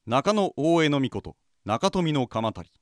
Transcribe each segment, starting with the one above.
中野大江の命中富の鎌足。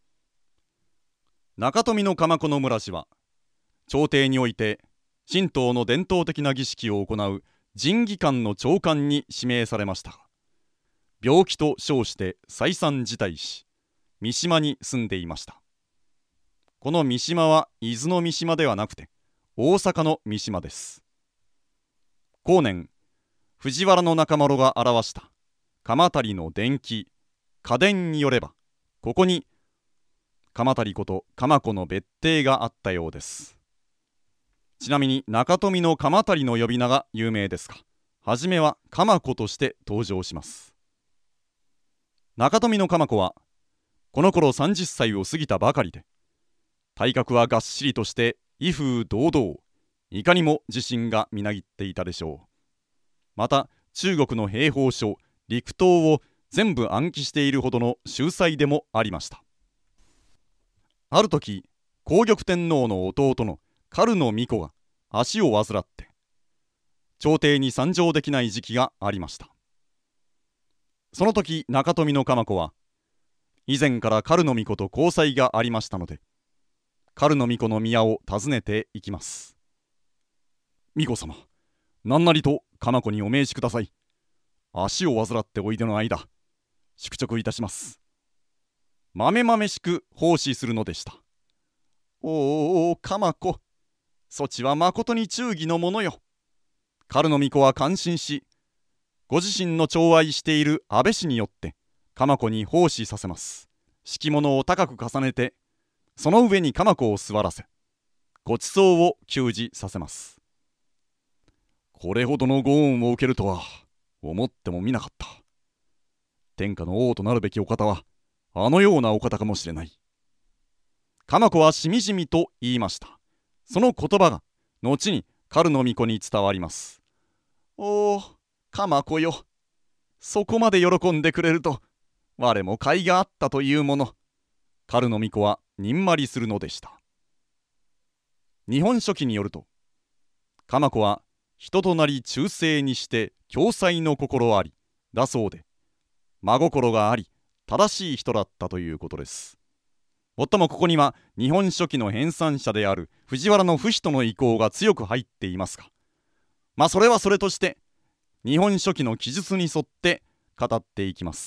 中富の鎌子の村氏は、朝廷において神道の伝統的な儀式を行う神儀官の長官に指名されましたが、病気と称して再三辞退し、三島に住んでいました。この三島は伊豆の三島ではなくて大阪の三島です。後年、藤原の中丸が表した鎌足の伝記家伝によれば、ここに鎌足こと鎌子の別邸があったようです。ちなみに中富の鎌足の呼び名が有名ですが、はじめは鎌子として登場します。中富の鎌子はこの頃30歳を過ぎたばかりで、体格はがっしりとして威風堂々、いかにも自信がみなぎっていたでしょう。また中国の兵法書陸東を全部暗記しているほどの秀才でもありました。ある時、皇玉天皇の弟の狩野美子が足を患って朝廷に参上できない時期がありました。その時、中富の鎌子は以前から狩野美子と交際がありましたので、狩野美子の宮を訪ねていきます。美子様、何なりと鎌子にお命じください。足を患っておいでの間、宿直いたします。まめまめしく奉仕するのでした。おお、鎌子、そちはまことに忠義のものよ。狩野美子は感心し、ご自身の寵愛している安倍氏によって鎌子に奉仕させます。敷物を高く重ねて、その上に鎌子を座らせ、ご馳走を給仕させます。これほどのご恩を受けるとは思ってもみなかった。天下の王となるべきお方はあのようなお方かもしれない。鎌子はしみじみと言いました。その言葉が後に狩野美子に伝わります。おお、鎌子よ、そこまで喜んでくれると我も甲斐があったというもの。狩野美子はにんまりするのでした。日本書紀によると、鎌子は人となり忠誠にして共済の心ありだそうで、真心があり正しい人だったということです。もっともここには日本書紀の編纂者である藤原の不比との意向が強く入っていますが、それはそれとして日本書紀の記述に沿って語っていきます。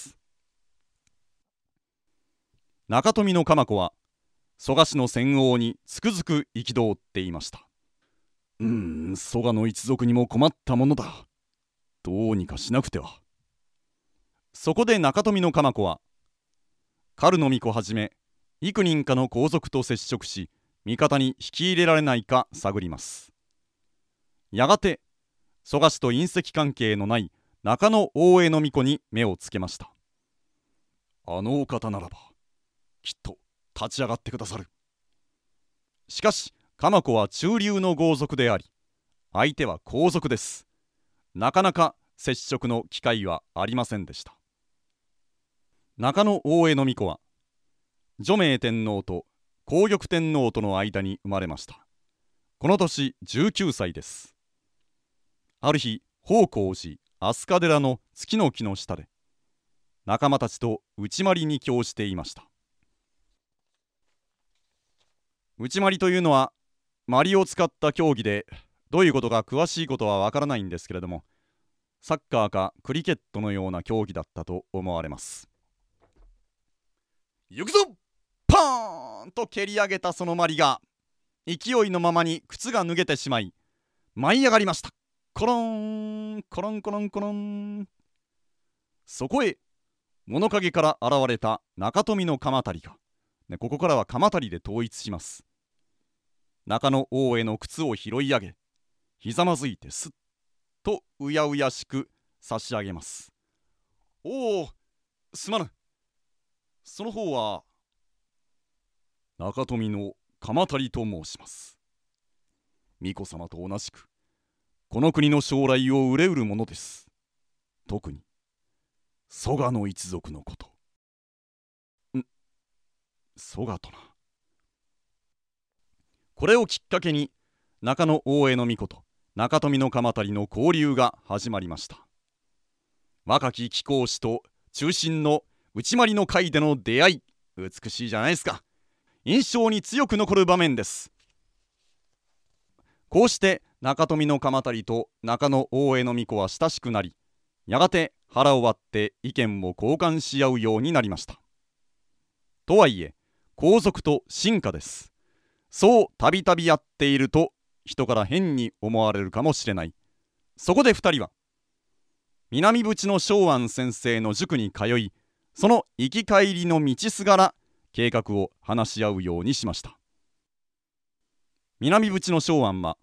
中富の鎌子は蘇我氏の戦王につくづく憤っていました。蘇我の一族にも困ったものだ。どうにかしなくては。そこで中富の鎌子は狩野美子はじめ幾人かの皇族と接触し、味方に引き入れられないか探ります。やがて蘇我氏と姻戚関係のない中野大江の巫女に目をつけました。あのお方ならばきっと立ち上がってくださる。しかし鎌子は中流の豪族であり、相手は皇族です。なかなか接触の機会はありませんでした。中野大江の巫女は除名天皇と皇玉天皇との間に生まれました。この年19歳です。ある日、宝光寺飛鳥寺の月の木の下で仲間たちと内まりに興していました。内まりというのは鞠を使った競技で、どういうことか詳しいことはわからないんですけれども、サッカーかクリケットのような競技だったと思われます。行くぞ、パーンと蹴り上げたその鞠が勢いのままに靴が脱げてしまい舞い上がりました。コロンコロンコロンコロン。そこへ物陰から現れた中富の鎌足が、ここからは鎌足で統一します。中野大江の靴を拾い上げ、ひざまずいてすっとうやうやしく差し上げます。おお、すまぬ。その方は中富の鎌足と申します。巫女様と同じくこの国の将来を憂うるものです。特に蘇我の一族のこと。蘇我とな。これをきっかけに中野大江の巫女と中富の鎌足の交流が始まりました。若き貴公子と中心の内まりの会での出会い、美しいじゃないですか。印象に強く残る場面です。こうして中富の鎌足と中野大江の巫女は親しくなり、やがて腹を割って意見を交換し合うようになりました。とはいえ皇族と臣下です。そうたびたびやっていると人から変に思われるかもしれない。そこで2人は南淵の松庵先生の塾に通い、その行き帰りの道すがら計画を話し合うようにしました。南淵の松庵は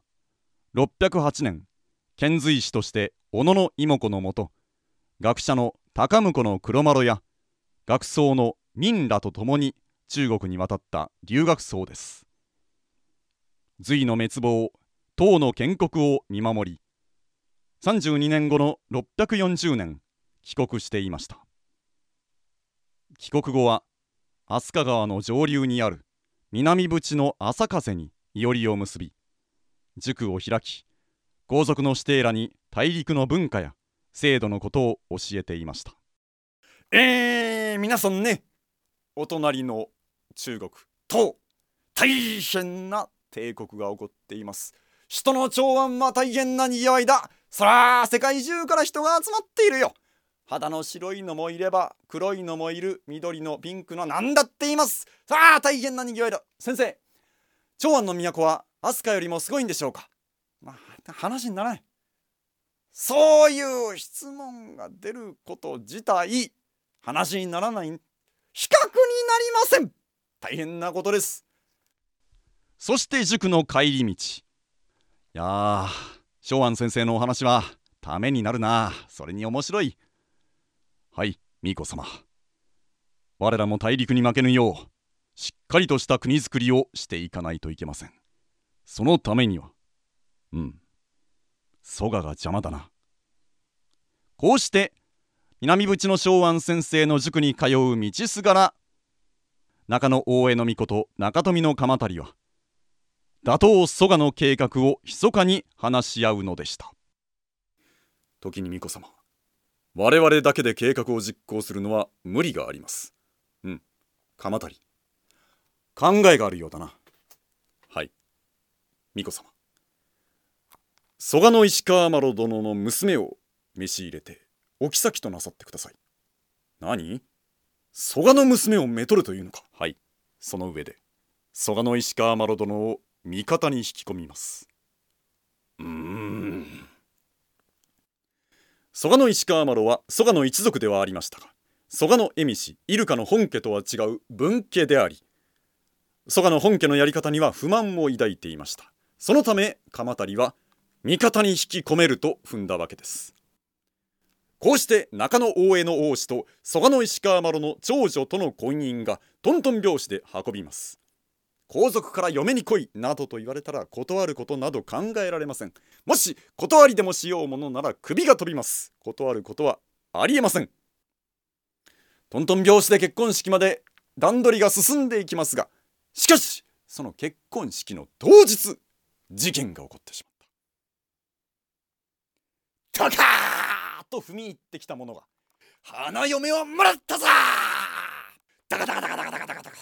608年遣隋使として小野の妹子のもと、学者の高婿の黒麿や学僧の明らと共に中国に渡った留学僧です。隋の滅亡、唐の建国を見守り、32年後の640年帰国していました。帰国後は飛鳥川の上流にある南淵の朝風にいおりを結び、塾を開き、皇族の子弟らに大陸の文化や制度のことを教えていました。皆さんね、お隣の中国と大変な帝国が起こっています。首都の長安は大変なにぎわいだ。そら世界中から人が集まっているよ。肌の白いのもいれば黒いのもいる、緑のピンクのなんだっています。さあ大変なにぎわいだ。先生、長安の都は飛鳥よりもすごいんでしょうか。話にならない。そういう質問が出ること自体話にならない、比較になりません。大変なことです。そして塾の帰り道、いやー、松庵先生のお話はためになるな。それに面白い。はい、巫女様、我らも大陸に負けぬようしっかりとした国づくりをしていかないといけません。そのためには蘇我が邪魔だな。こうして南淵の松庵先生の塾に通う道すがら、中野大江の巫女と中富の鎌足は打倒蘇我の計画を密かに話し合うのでした。時に巫女様、我々だけで計画を実行するのは無理があります。鎌足、考えがあるようだな。はい、巫女様、蘇我の石川麻呂殿の娘を召し入れてお妃となさってください。何？蘇我の娘をめとるというのか。はい、その上で蘇我の石川麻呂殿を味方に引き込みます。蘇我の石川麻呂は蘇我の一族ではありましたが、蘇我の蝦夷入鹿の本家とは違う分家であり、蘇我の本家のやり方には不満を抱いていました。そのため鎌足は味方に引き込めると踏んだわけです。こうして中野大江の王子と蘇我の石川麻呂の長女との婚姻がトントン拍子で運びます。皇族から嫁に来いなどと言われたら断ることなど考えられません。もし断りでもしようものなら首が飛びます。断ることはありえません。トントン拍子で結婚式まで段取りが進んでいきますが、しかしその結婚式の当日、事件が起こってしまった。タカーと踏み入ってきた者が、花嫁をもらったぞー。ダカダカダカダカダカダカダカ。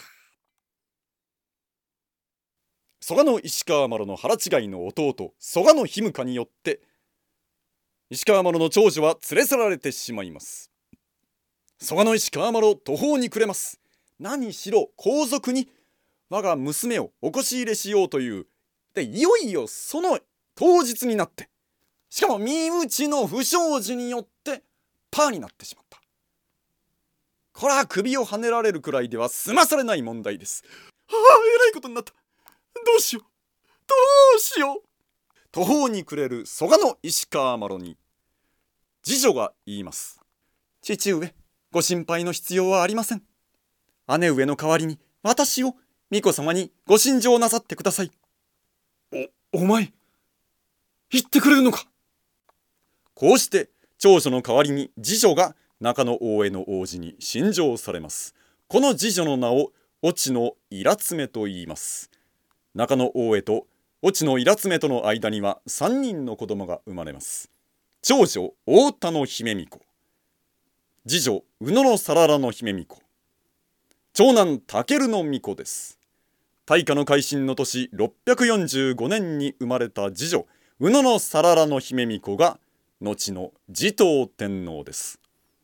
蘇我の石川麻呂の腹違いの弟蘇我のひむかによって石川麻呂の長女は連れ去られてしまいます。蘇我の石川麻呂途方に暮れます。何しろ皇族に我が娘をおこし入れしようというで、いよいよその当日になって、しかも身内の不祥事によってパーになってしまった。これは首をはねられるくらいでは済まされない問題です。えらいことになった。どうしようどうしよう。途方に暮れる蘇我の石川麻呂に次女が言います。父上、ご心配の必要はありません。姉上の代わりに私を巫女様にご親上なさってください。お前言ってくれるのか。こうして長女の代わりに次女が中野大江の王子に親上されます。この次女の名を越智のイラツメと言います。中野大江と越智のイラツメとの間には3人の子供が生まれます。長女太田の姫巫女、 次女宇野のさららの姫巫女、長男武の巫女です。大化の改新の年645年に生まれた次女宇野のさららの姫巫女が後の持統天皇です。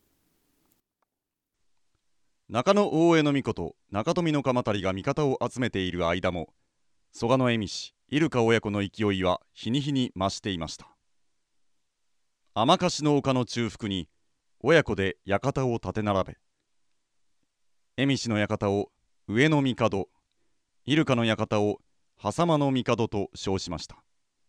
中野大江の巫女と中富の鎌足が味方を集めている間も、蘇我の蝦夷入鹿親子の勢いは日に日に増していました。天貸の丘の中腹に親子で館を立て並べ、蝦夷の館を上の帝、入鹿の館を狭間の帝と称しました。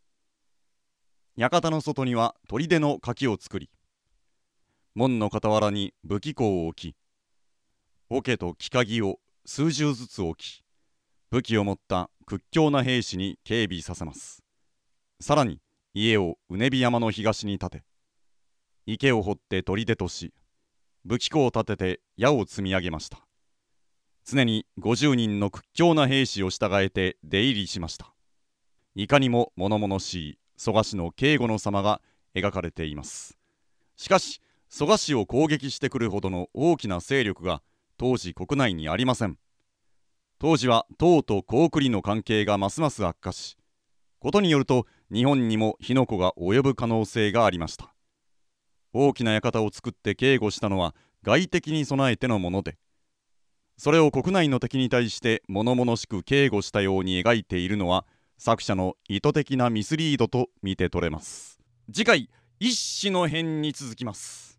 館の外には砦の垣を作り、門の傍らに武器庫を置き、桶と木鍵を数十ずつ置き、武器を持った屈強な兵士に警備させます。さらに家をうねび山の東に建て、池を掘って砦とし、武器庫を建てて矢を積み上げました。常に50人の屈強な兵士を従えて出入りしました。いかにも物々しい蘇我氏の警護の様が描かれています。しかし蘇我氏を攻撃してくるほどの大きな勢力が当時国内にありません。当時は唐と高句麗の関係がますます悪化し、ことによると日本にも火の粉が及ぶ可能性がありました。大きな館を作って警護したのは外敵に備えてのもので、それを国内の敵に対して物々しく警護したように描いているのは作者の意図的なミスリードと見て取れます。次回一子の編に続きます。